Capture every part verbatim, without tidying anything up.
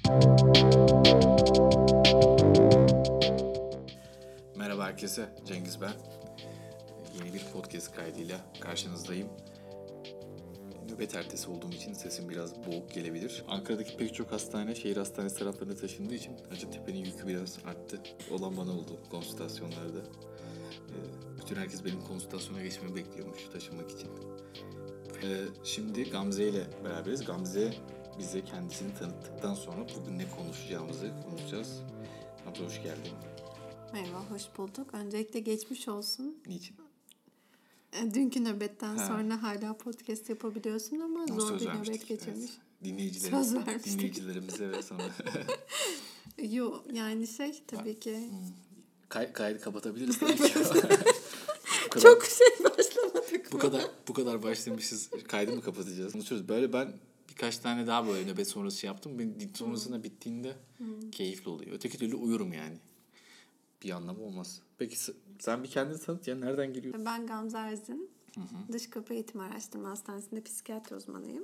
Merhaba herkese, Cengiz ben. Yeni bir podcast kaydıyla karşınızdayım. Nöbet ertesi olduğum için sesim biraz boğuk gelebilir. Ankara'daki pek çok hastane şehir hastanesi taraflarına taşındığı için Hacettepe'nin yükü biraz arttı. Olan bana oldu konsültasyonlarda. Bütün herkes benim konsültasyona geçmemi bekliyormuş taşınmak için. Şimdi Gamze ile beraberiz. Gamze bize kendisini tanıttıktan sonra bugün ne konuşacağımızı konuşacağız. Gamze hoş geldin. Merhaba, hoş bulduk. Öncelikle geçmiş olsun. Niçin? Dünkü nöbetten ha. sonra hala podcast yapabiliyorsun ama o zor bir nöbet geçirmiş. Evet. Dinleyiciler, söz vermiştik. Dinleyicilerimize ve sana. Yok yani şey tabii ki. Kay, kaydı kapatabiliriz tabii ki. kadar, Çok şey başlamadık bu mı? kadar bu kadar başlamışız. Kaydı mı kapatacağız? Konuşuruz. Böyle ben birkaç tane daha böyle nöbet sonrası yaptım. Ben sonrasında hmm. bittiğinde hmm. keyifli oluyor. Öteki türlü uyurum yani. Bir anlamı olmaz. Peki sen bir kendini tanıt ya. Nereden geliyorsun? Ben Gamze Erzin. Hı hı. Dış Kapı Eğitim Araştırma Hastanesi'nde psikiyatri uzmanıyım.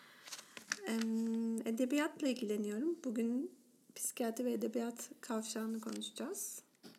Edebiyatla ilgileniyorum. Bugün psikiyatri ve edebiyat kavşağını konuşacağız.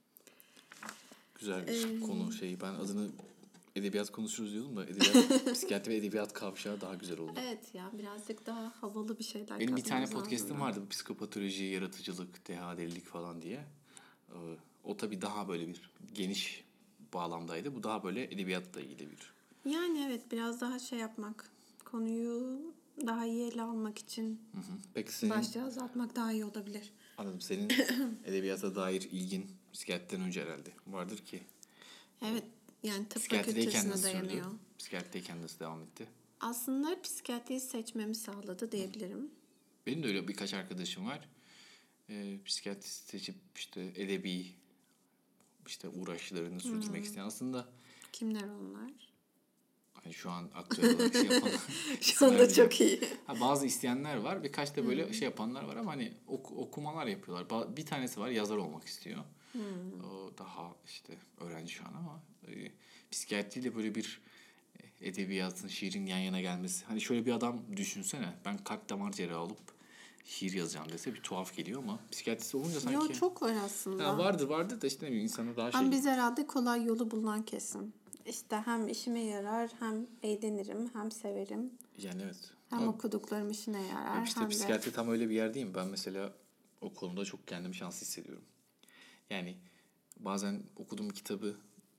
Güzel bir ee, konu şey. Ben adını edebiyat konuşuruz diyordum da edebiyat, psikiyatri ve edebiyat kavşağı daha güzel oldu. Evet ya birazcık daha havalı bir şeyler. Benim bir tane podcast'ım vardı. Bu psikopatoloji, yaratıcılık, deha delilik falan diye. O tabii daha böyle bir geniş bağlamdaydı. Bu daha böyle edebiyatla ilgili bir. Yani evet biraz daha şey yapmak. Konuyu daha iyi ele almak için hı hı. Peki senin, başlığı azaltmak daha iyi olabilir. Anladım. Senin edebiyata dair ilgin psikiyatriden önce herhalde vardır ki. Evet yani tıp fakültesine dayanıyor. Psikiyatrideyken nasıl devam etti? Aslında psikiyatriyi seçmemi sağladı diyebilirim. Hı. Benim de öyle birkaç arkadaşım var. Ee, psikiyatri seçip işte edebi işte uğraşlarını sürdürmek hmm. isteyen aslında. Kimler onlar? Hani şu an aktüel olarak şey yapanlar. Şu anda çok iyi. Ha, bazı isteyenler var. Birkaç da böyle hmm. şey yapanlar var ama hani ok- okumalar yapıyorlar. Bir tanesi var yazar olmak istiyor. Hmm. O daha işte öğrenci şu an ama e, psikiyatriyle böyle bir edebiyatın, şiirin yan yana gelmesi. Hani şöyle bir adam düşünsene. Ben kalp damar cerrahı olup şiir yazacağım dese bir tuhaf geliyor ama psikiyatrisi olunca sanki. Yok çok var aslında. Ya vardır vardır da işte insana daha şey. Hem biz herhalde kolay yolu bulunan kesim. İşte hem işime yarar, hem eğlenirim, hem severim. Yani evet. Hem ama, okuduklarım işine yarar. İşte hem psikiyatri de... tam öyle bir yer değil mi? Ben mesela o konuda çok kendimi şanslı hissediyorum. Yani bazen okuduğum kitabı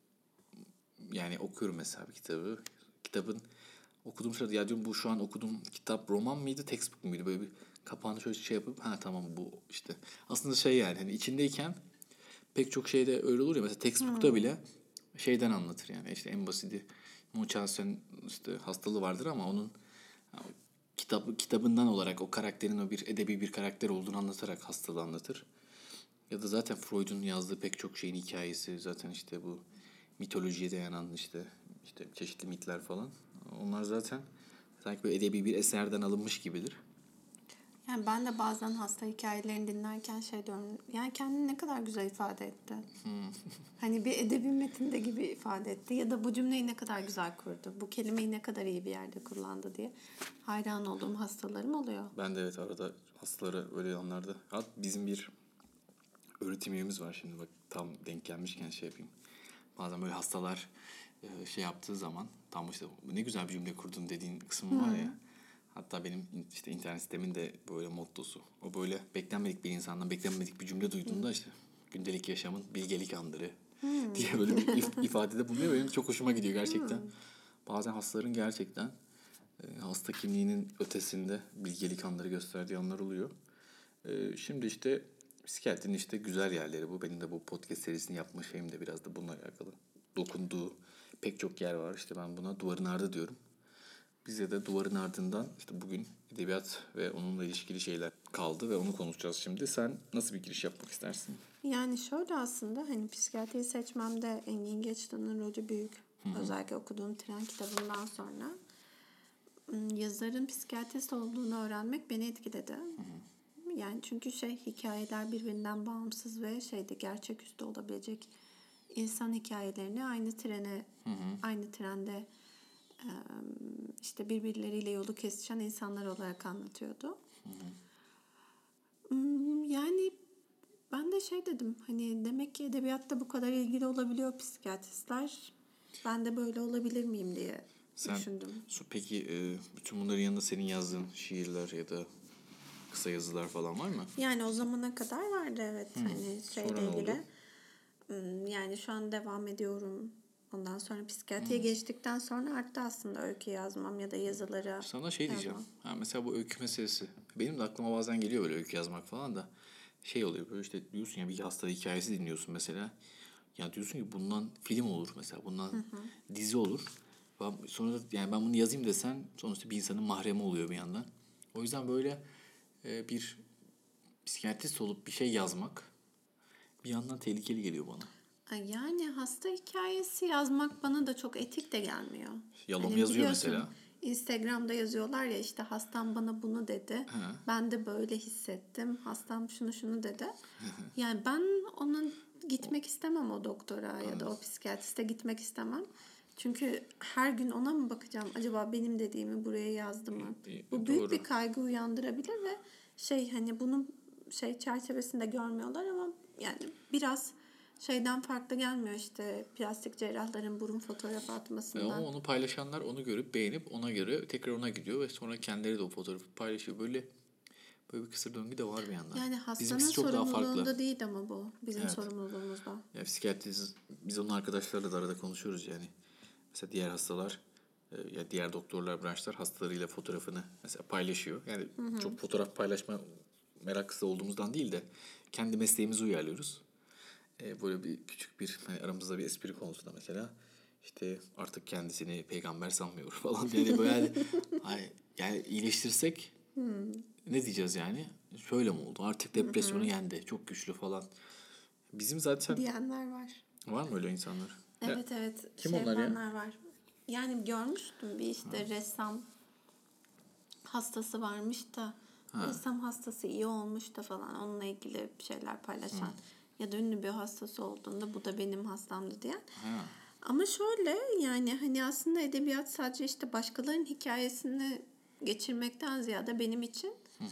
yani okuyorum mesela bir kitabı. Kitabın okuduğum sırada ya diyorum bu şu an okuduğum kitap roman mıydı, textbook muydu? Böyle bir kapağını şöyle şey yapıp ha tamam bu işte. Aslında şey yani hani içindeyken pek çok şeyde öyle olur ya mesela textbook'ta hmm. bile şeyden anlatır yani işte en basiti Munchausen işte hastalığı vardır ama onun kitabı kitabından olarak o karakterin o bir edebi bir karakter olduğunu anlatarak hastalığı anlatır. Ya da zaten Freud'un yazdığı pek çok şeyin hikayesi zaten işte bu mitolojiye dayanan işte işte çeşitli mitler falan. Onlar zaten sanki böyle edebi bir eserden alınmış gibidir. Yani ben de bazen hasta hikayelerini dinlerken şey diyorum. Yani kendini ne kadar güzel ifade etti. Hmm. Hani bir edebi metinde gibi ifade etti. Ya da bu cümleyi ne kadar güzel kurdu. Bu kelimeyi ne kadar iyi bir yerde kullandı diye hayran olduğum hastalarım oluyor. Ben de evet arada hastalara öyle anlarda. Hatta bizim bir öğretim üyemiz var şimdi bak tam denk gelmişken şey yapayım. Bazen böyle hastalar şey yaptığı zaman tam işte ne güzel bir cümle kurdun dediğin kısım hmm. var ya. Hatta benim işte internet sitemin de böyle mottosu. O böyle beklenmedik bir insandan beklenmedik bir cümle duyduğunda işte gündelik yaşamın bilgelik anları hmm. diye böyle bir if- ifadede bulunuyor. Benim çok hoşuma gidiyor gerçekten. Hmm. Bazen hastaların gerçekten e, hasta kimliğinin ötesinde bilgelik anları gösterdiği anlar oluyor. E, şimdi işte psikiyatrinin işte güzel yerleri bu. Benim de bu podcast serisini yapma şeyim de biraz da bununla alakalı. Dokunduğu pek çok yer var. İşte ben buna duvarın ardı diyorum. Bize de duvarın ardından işte bugün edebiyat ve onunla ilişkili şeyler kaldı ve onu konuşacağız şimdi. Sen nasıl bir giriş yapmak istersin? Yani şöyle aslında hani psikiyatriyi seçmemde Engin Geçtan'ın rolü büyük. Hı-hı. Özellikle okuduğum Tren kitabından sonra yazarın psikiyatrist olduğunu öğrenmek beni etkiledi. Hı-hı. Yani çünkü şey hikayeler birbirinden bağımsız ve şeyde gerçeküstü olabilecek insan hikayelerini aynı trene Hı-hı. aynı trende işte birbirleriyle yolu kesişen insanlar olarak anlatıyordu. Hı hı. Hmm, Yani ben de şey dedim, hani demek ki edebiyatta bu kadar ilgili olabiliyor psikiyatristler. Ben de böyle olabilir miyim diye Sen düşündüm. su- peki e, bütün bunların yanında senin yazdığın şiirler ya da kısa yazılar falan var mı? Yani o zamana kadar vardı, evet, hani Sonra şeyle ne oldu? ilgili. Hmm, Yani şu an devam ediyorum. Ondan sonra psikiyatriye geçtikten sonra arttı aslında öykü yazmam ya da yazıları Sana şey diyeceğim. yazmam. Ha, mesela bu öykü meselesi. Benim de aklıma bazen geliyor böyle öykü yazmak falan da. Şey oluyor böyle işte diyorsun ya bir hasta hikayesi dinliyorsun mesela. Ya diyorsun ki bundan film olur mesela. Bundan dizi olur. Ben, sonra da yani ben bunu yazayım desen sonuçta bir insanın mahremi oluyor bir yandan. O yüzden böyle e, bir psikiyatrist olup bir şey yazmak bir yandan tehlikeli geliyor bana. Ay, Yani hasta hikayesi yazmak bana da çok etik de gelmiyor. Yalom Hani yazıyor biliyorsun, mesela. Instagram'da yazıyorlar ya, işte hastam bana bunu dedi. Ha. Ben de böyle hissettim. Hastam şunu şunu dedi. Yani ben ona gitmek istemem, o doktora ya da o psikiyatriste gitmek istemem. Çünkü her gün ona mı bakacağım? Acaba benim dediğimi buraya yazdı mı? E, Bu büyük doğru. bir kaygı uyandırabilir ve şey, hani bunun şey çerçevesinde görmüyorlar ama yani biraz şeyden farklı gelmiyor, işte plastik cerrahların burun fotoğrafı Ve atmasından. ama onu paylaşanlar onu görüp beğenip ona göre tekrar ona gidiyor ve sonra kendileri de o fotoğrafı paylaşıyor. Böyle böyle bir kısır döngü de var bir yandan. Yani hastanın Bizimkisi çok daha farklı. sorumluluğunda değil ama bu bizim Evet. sorumluluğumuzda. Yani psikiyatrist biz onun arkadaşlarla da arada konuşuyoruz yani. Mesela diğer hastalar e, ya diğer doktorlar, branşlar hastalarıyla fotoğrafını mesela paylaşıyor. Yani çok fotoğraf paylaşma meraklısı olduğumuzdan değil de kendi mesleğimizi uyarlıyoruz. E, böyle bir küçük bir hani aramızda bir espri konusunda mesela işte artık kendisini peygamber sanmıyor falan yani böyle yani, ay, yani iyileştirsek ne diyeceğiz yani? Şöyle mi oldu? Artık depresyonu yendi. Çok güçlü falan. Bizim zaten Diyenler var. var mı öyle insanlar? Ya, Evet, evet, kim şey onlar ya? yapanlar var. Yani görmüştüm, bir işte ressam hastası varmış da ressam hastası iyi olmuş da falan, onunla ilgili bir şeyler paylaşan ya da ünlü bir hastası olduğunda bu da benim hastamdı diyen. Ha. Ama şöyle, yani hani aslında edebiyat sadece işte başkalarının hikayesini geçirmekten ziyade benim için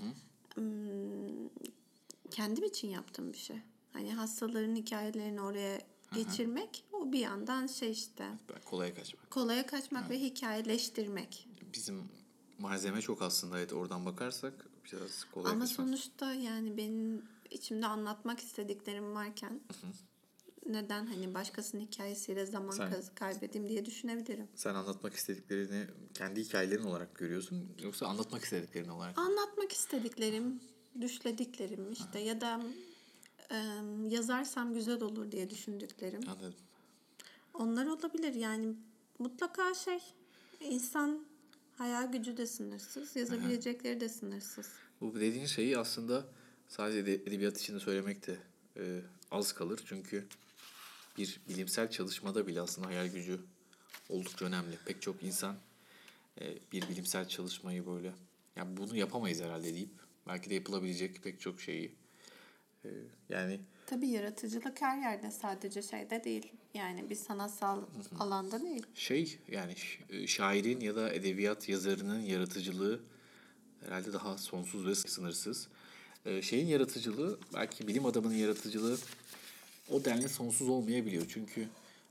ım, kendim için yaptığım bir şey. Hani hastaların hikayelerini oraya geçirmek, o bir yandan şey işte Ben kolaya kaçmak. kolaya kaçmak ve hikayeleştirmek. Bizim malzeme çok aslında evet oradan bakarsak biraz kolaya Ama kaçmak. sonuçta yani benim içimde anlatmak istediklerim varken neden hani başkasının hikayesiyle zaman Sen- kaz- kaybedeyim diye düşünebilirim. Sen anlatmak istediklerini kendi hikayelerin olarak görüyorsun yoksa anlatmak istediklerin olarak mı? Anlatmak istediklerim, düşlediklerim işte ya da e, yazarsam güzel olur diye düşündüklerim. Anladım. Onlar olabilir yani, mutlaka şey, insan hayal gücü de sınırsız, yazabilecekleri de sınırsız. Bu dediğin şeyi aslında sadece de- edebiyat içinde söylemek de e, az kalır. Çünkü bir bilimsel çalışmada bile aslında hayal gücü oldukça önemli. Pek çok insan e, bir bilimsel çalışmayı böyle yani bunu yapamayız herhalde deyip belki de yapılabilecek pek çok şeyi e, yani Tabii yaratıcılık her yerde, sadece şeyde değil. Yani bir sanatsal alanda değil. şey yani ş- e, şairin ya da edebiyat yazarının yaratıcılığı herhalde daha sonsuz ve sınırsız. E, şeyin yaratıcılığı belki bilim adamının yaratıcılığı o denli sonsuz olmayabiliyor. Çünkü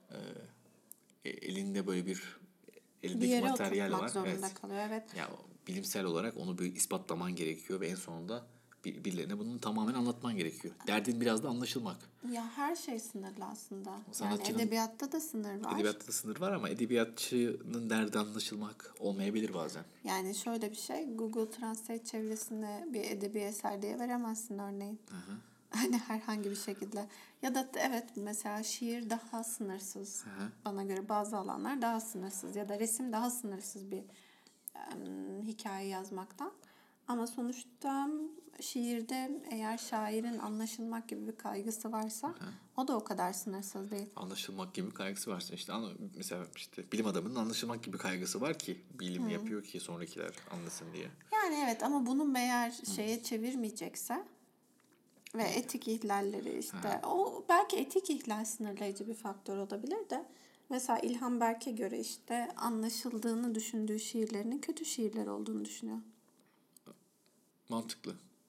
e, elinde böyle bir Bir elindeki yere materyal oturtmak var. zorunda Evet. kalıyor, evet. Ya bilimsel olarak onu bir ispatlaman gerekiyor ve en sonunda bir, birilerine bunu tamamen anlatman gerekiyor. Derdin biraz da anlaşılmak. Ya her şey sınırlı aslında. Yani Sanatçının- edebiyatta da sınır var. Edebiyatta da sınır var ama edebiyatçının derdi anlaşılmak olmayabilir bazen. Yani şöyle bir şey, Google Translate çevirisine bir edebi eser diye veremezsin örneğin. Hani herhangi bir şekilde. Ya da evet, mesela şiir daha sınırsız. hı. Bana göre bazı alanlar daha sınırsız ya da resim daha sınırsız bir em, hikaye yazmaktan. Ama sonuçta şiirde eğer şairin anlaşılmak gibi bir kaygısı varsa o da o kadar sınırsız değil. Anlaşılmak gibi kaygısı varsa işte ana- mesela işte bilim adamının anlaşılmak gibi kaygısı var ki bilim yapıyor ki sonrakiler anlasın diye. Yani evet, ama bunun eğer şeye çevirmeyecekse ve etik ihlalleri işte, o belki etik ihlal sınırlayıcı bir faktör olabilir de mesela İlhan Berk'e göre işte anlaşıldığını düşündüğü şiirlerinin kötü şiirler olduğunu düşünüyor. Mantıklı.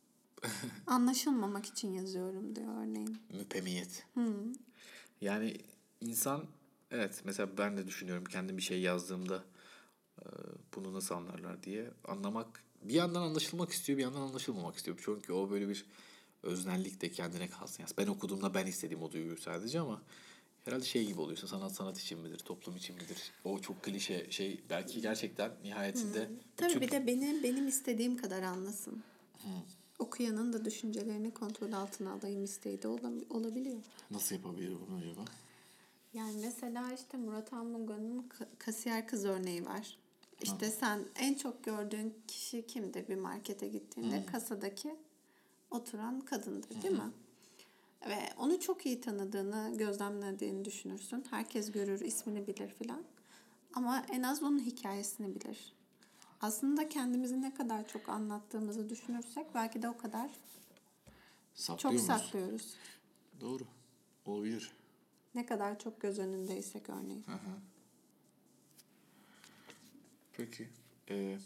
Anlaşılmamak için yazıyorum diyor örneğin. Müpemiyet. Yani insan, evet, mesela ben de düşünüyorum kendim bir şey yazdığımda e, bunu nasıl anlarlar diye. Anlamak, bir yandan anlaşılmak istiyor, bir yandan anlaşılmamak istiyor. Çünkü o böyle bir öznellik de kendine kalsın. Yani ben okuduğumda ben istediğim o duyguyu sadece, ama herhalde şey gibi oluyorsa, sanat sanat için midir, toplum için midir? O çok klişe şey, belki gerçekten nihayetinde Tabii bütün... bir de beni benim istediğim kadar anlasın. Okuyanın da düşüncelerini kontrol altına alayım isteği de ola- olabiliyor. Nasıl yapabilir bunu acaba? Yani mesela işte Murat Anmungan'ın ka- kasiyer kız örneği var. İşte sen en çok gördüğün kişi kimdir bir markete gittiğinde? Kasadaki oturan kadındır, değil mi? Ve onu çok iyi tanıdığını, gözlemlediğini düşünürsün. Herkes görür, ismini bilir filan. Ama en az onun hikayesini bilir. Aslında kendimizi ne kadar çok anlattığımızı düşünürsek belki de o kadar Saklıyor çok muyuz? saklıyoruz. Doğru. Olabilir. Ne kadar çok göz önündeysek örneğin. Peki. Ee,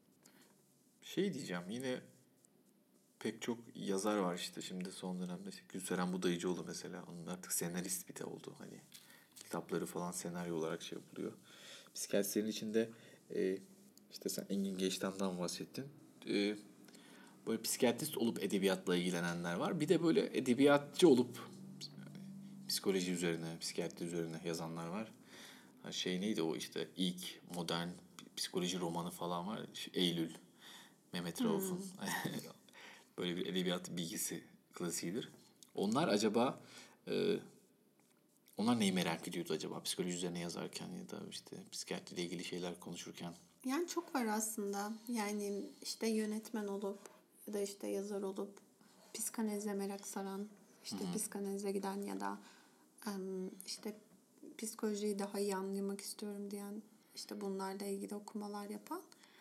şey diyeceğim, yine pek çok yazar var işte şimdi son dönemde. İşte Gülseren Budayıcıoğlu mesela. Onun artık senarist bir de oldu. Hani kitapları falan senaryo olarak şey yapılıyor. Psikiyatristlerin içinde e, işte sen Engin Geçtan'dan bahsettin. E, böyle psikiyatrist olup edebiyatla ilgilenenler var. Bir de böyle edebiyatçı olup psikoloji üzerine, psikiyatri üzerine yazanlar var. Ha, şey neydi o işte ilk modern psikoloji romanı falan var. Şu Eylül, Mehmet Rauf'un böyle bir edebiyat bilgisi klasiğidir. Onlar acaba e, onlar neyi merak ediyordu acaba psikoloji üzerine yazarken ya da işte psikiyatriyle ilgili şeyler konuşurken? Yani çok var aslında. Yani işte yönetmen olup ya da işte yazar olup psikanalize merak saran, işte psikanalize giden ya da em, işte psikolojiyi daha iyi anlamak istiyorum diyen, işte bunlarla ilgili okumalar yapan.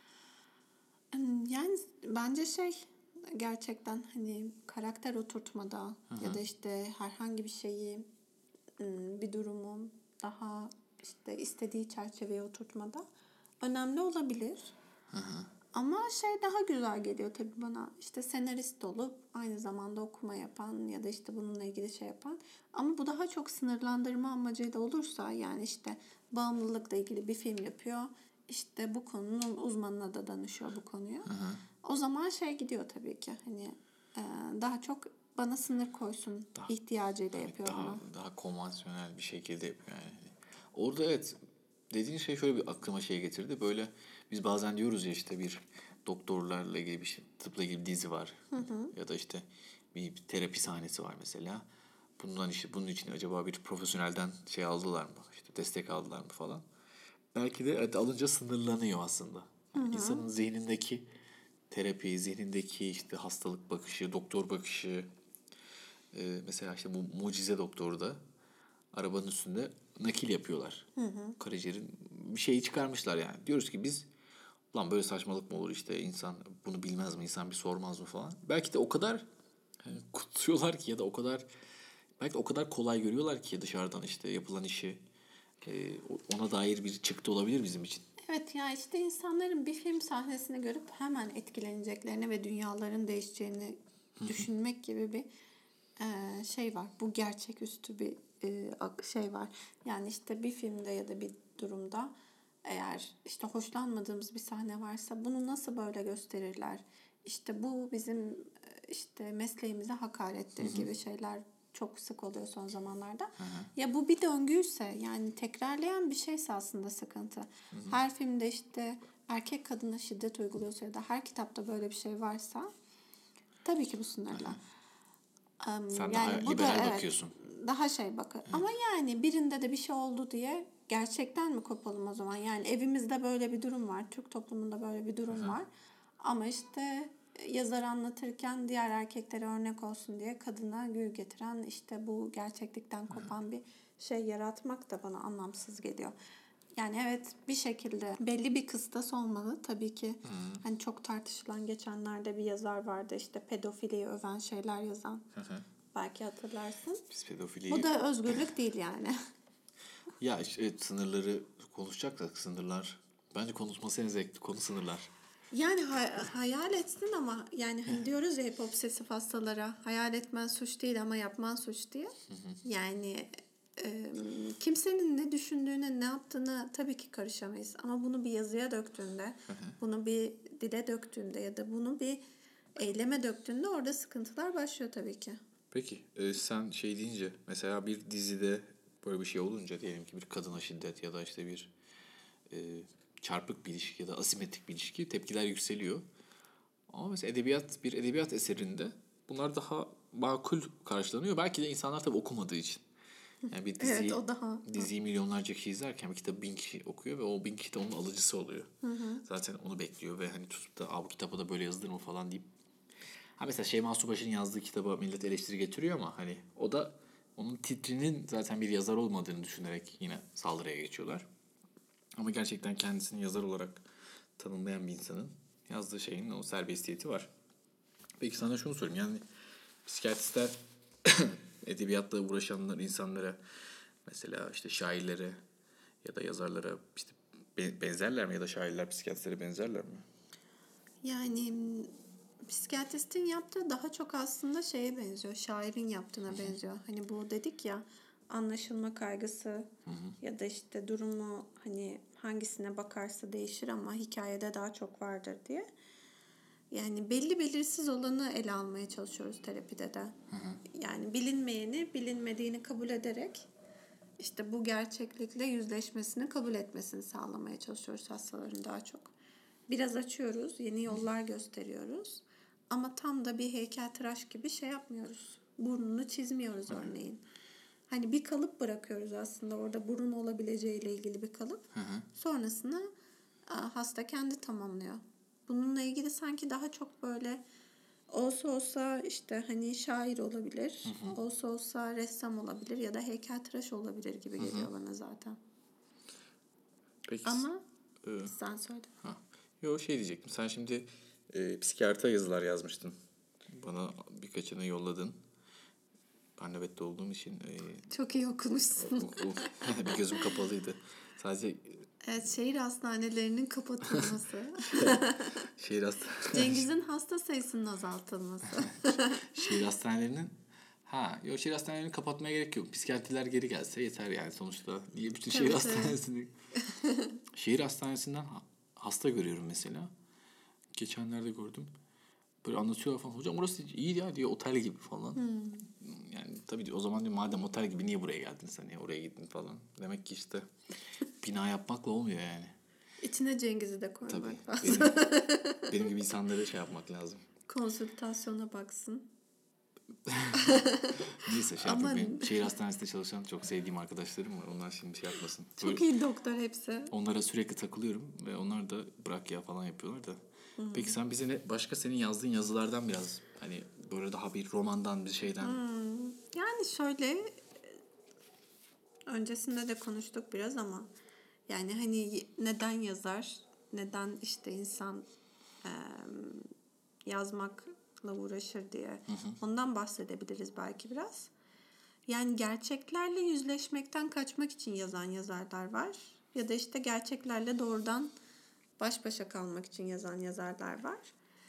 Em, Yani bence şey gerçekten hani karakter oturtmada ya da işte herhangi bir şeyi em, bir durumu daha işte istediği çerçeveye oturtmada önemli olabilir. Ama şey daha güzel geliyor tabii bana. İşte senarist olup aynı zamanda okuma yapan ya da işte bununla ilgili şey yapan. Ama bu daha çok sınırlandırma amacıyla olursa, yani işte bağımlılıkla ilgili bir film yapıyor. İşte bu konunun uzmanına da danışıyor bu konuyu. O zaman şey gidiyor tabii ki, hani e, daha çok bana sınır koysun Daha- ihtiyacıyla Evet, yapıyor daha bunu. daha konvansiyonel bir şekilde yapıyor yani. Orada evet, dediğin şey şöyle bir aklıma şey getirdi. Böyle biz bazen diyoruz ya işte bir doktorlarla ilgili bir şey, tıpla ilgili bir dizi var. Ya da işte bir terapi sahnesi var mesela. Bundan işte bunun için acaba bir profesyonelden şey aldılar mı? İşte destek aldılar mı falan. Belki de evet, alınca sınırlanıyor aslında. Yani insanın zihnindeki terapi, zihnindeki işte hastalık bakışı, doktor bakışı. Ee, mesela işte bu Mucize Doktor'da arabanın üstünde nakil yapıyorlar. Karaciğerin bir şeyi çıkarmışlar yani. Diyoruz ki biz, lan böyle saçmalık mı olur, işte insan bunu bilmez mi, insan bir sormaz mı falan. Belki de o kadar yani kutsuyorlar ki ya da o kadar belki de o kadar kolay görüyorlar ki dışarıdan işte yapılan işi, e, ona dair bir çıktı olabilir bizim için. Evet, ya işte insanların bir film sahnesini görüp hemen etkileneceklerini ve dünyaların değişeceğini düşünmek gibi bir e, şey var. Bu gerçeküstü bir e, ak- şey var. Yani işte bir filmde ya da bir durumda eğer işte hoşlanmadığımız bir sahne varsa bunu nasıl böyle gösterirler? İşte bu bizim e, işte mesleğimize hakarettir gibi şeyler çok sık oluyor son zamanlarda. Ya bu bir döngüyse, yani tekrarlayan bir şeyse aslında sıkıntı. Her filmde işte erkek kadına şiddet uyguluyorsa ya da her kitapta böyle bir şey varsa tabii ki bu sınırlı. Em, Sen daha yani bu da liberal evet bakıyorsun. daha şey bakın. Ama yani birinde de bir şey oldu diye gerçekten mi kopalım o zaman? Yani evimizde böyle bir durum var. Türk toplumunda böyle bir durum var. Ama işte yazar anlatırken diğer erkeklere örnek olsun diye kadına gül getiren, işte bu gerçeklikten kopan bir şey yaratmak da bana anlamsız geliyor. Yani evet, bir şekilde belli bir kıstas olmalı tabii ki. Hani çok tartışılan, geçenlerde bir yazar vardı işte pedofiliyi öven şeyler yazan. Belki hatırlarsın. Biz pedofiliyi... Bu da özgürlük değil yani. Ya işte evet, sınırları konuşacaksak sınırlar... Bence konuşması en zevkli konu sınırlar. Yani hay- hayal etsin ama yani hani diyoruz ya hep obsesif hastalara hayal etmen suç değil ama yapman suç diye. Yani e, kimsenin ne düşündüğüne ne yaptığına tabii ki karışamayız. Ama bunu bir yazıya döktüğünde, bunu bir dile döktüğünde ya da bunu bir eyleme döktüğünde orada sıkıntılar başlıyor tabii ki. Peki e, sen şey deyince mesela bir dizide böyle bir şey olunca diyelim ki bir kadına şiddet ya da işte bir e, çarpık bir ilişki ya da asimetrik bir ilişki tepkiler yükseliyor. Ama mesela edebiyat bir edebiyat eserinde bunlar daha makul karşılanıyor. Belki de insanlar tabii okumadığı için. Yani bir Evet, diziyi, o daha. diziyi milyonlarca kişi izlerken bir kitabı bin kişi okuyor ve o bin kişi de onun alıcısı oluyor. Zaten onu bekliyor ve hani tutup da bu kitaba da böyle yazılır mı falan deyip. Ha mesela Şeyma Subaşı'nın yazdığı kitaba millet eleştiri getiriyor ama hani o da onun titrinin zaten bir yazar olmadığını düşünerek yine saldırıya geçiyorlar. Ama gerçekten kendisini yazar olarak tanımlayan bir insanın yazdığı şeyin o serbestiyeti var. Peki sana şunu sorayım. Yani psikiyatristler edebiyatla uğraşanlar insanlara mesela işte şairlere ya da yazarlara işte benzerler mi ya da şairler psikiyatristlere benzerler mi? Yani m, psikiyatristin yaptığı daha çok aslında şeye benziyor. Şairin yaptığına benziyor. Hani bu dedik ya anlaşılma kaygısı ya da işte durumu hani hangisine bakarsa değişir ama hikayede daha çok vardır diye. Yani belli belirsiz olanı ele almaya çalışıyoruz terapide de. Yani bilinmeyeni bilinmediğini kabul ederek işte bu gerçeklikle yüzleşmesini kabul etmesini sağlamaya çalışıyoruz hastaların daha çok. Biraz açıyoruz, yeni yollar gösteriyoruz. Ama tam da bir heykeltıraş gibi şey yapmıyoruz. Burnunu çizmiyoruz örneğin. Hani bir kalıp bırakıyoruz aslında orada burun olabileceğiyle ilgili bir kalıp. Sonrasında hasta kendi tamamlıyor. Bununla ilgili sanki daha çok böyle olsa olsa işte hani şair olabilir, hı hı. olsa olsa ressam olabilir ya da heykeltıraş olabilir gibi geliyor hı hı. bana zaten. Peki. Ama e, sen söyle. Ha. Yo şey diyecektim. Sen şimdi e, psikiyatra yazılar yazmıştın. Bana birkaçını yolladın. Ben nöbette olduğum için e, çok iyi okumuşsun. O, o, bir gözüm kapalıydı. Sadece evet, şehir hastanelerinin kapatılması. şehir hastaneleri. Cengiz'in hasta sayısının azaltılması. şehir hastanelerinin ha, yok şehir hastanelerini kapatmaya gerek yok. Psikiyatriler geri gelse yeter yani sonuçta. Niye bütün tabii, şehir hastanesini? şehir hastanesinden hasta görüyorum mesela. Geçenlerde gördüm. Böyle anlatıyorlar falan. Hocam orası iyi ya diyor, otel gibi falan. Hmm. Yani tabii diyor, o zaman diyor madem otel gibi niye buraya geldin sen ya, oraya gittin falan. Demek ki işte bina yapmakla olmuyor yani. İçine Cengiz'i de koymak tabii, lazım. Benim, benim gibi insanlara şey yapmak lazım. Konsültasyona baksın. Neyse şey Ama... yapayım. Benim şehir hastanesinde çalışan çok sevdiğim arkadaşlarım var. Onlar şimdi şey yapmasın. Çok Böyle, iyi doktor hepsi. Onlara sürekli takılıyorum ve onlar da bırak ya falan yapıyorlar da. Hmm. Peki sen bize ne, başka senin yazdığın yazılardan biraz hani böyle daha bir romandan bir şeyden. Hmm. Yani şöyle öncesinde de konuştuk biraz ama yani hani neden yazar, neden işte insan e, yazmakla uğraşır diye hı hı. ondan bahsedebiliriz belki biraz. Yani gerçeklerle yüzleşmekten kaçmak için yazan yazarlar var. Ya da işte gerçeklerle doğrudan baş başa kalmak için yazan yazarlar var.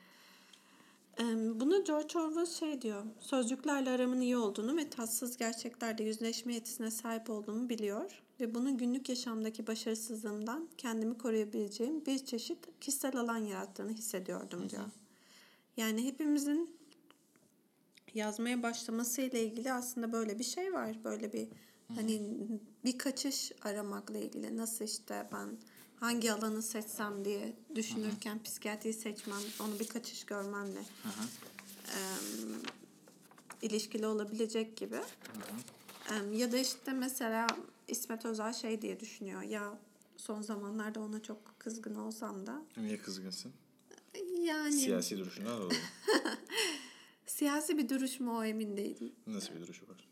Bunu George Orwell şey diyor. Sözcüklerle aramın iyi olduğunu ve tatsız gerçeklerle yüzleşme yetisine sahip olduğumu biliyor. Ve bunun günlük yaşamdaki başarısızlığımdan kendimi koruyabileceğim bir çeşit kişisel alan yarattığını hissediyordum diyor. Yani hepimizin yazmaya başlamasıyla ilgili aslında böyle bir şey var. Böyle bir hani bir kaçış aramakla ilgili. Nasıl işte ben hangi alanı seçsem diye düşünürken Hı-hı. psikiyatriyi seçmem, onu bir kaçış görmemle e, ilişkili olabilecek gibi. E, ya da işte mesela İsmet Özel şey diye düşünüyor. Ya son zamanlarda ona çok kızgın olsam da. Niye kızgınsın? Yani. Siyasi duruşundan dolayı. Siyasi bir duruş mu o, emin değilim. Nasıl bir duruşu var?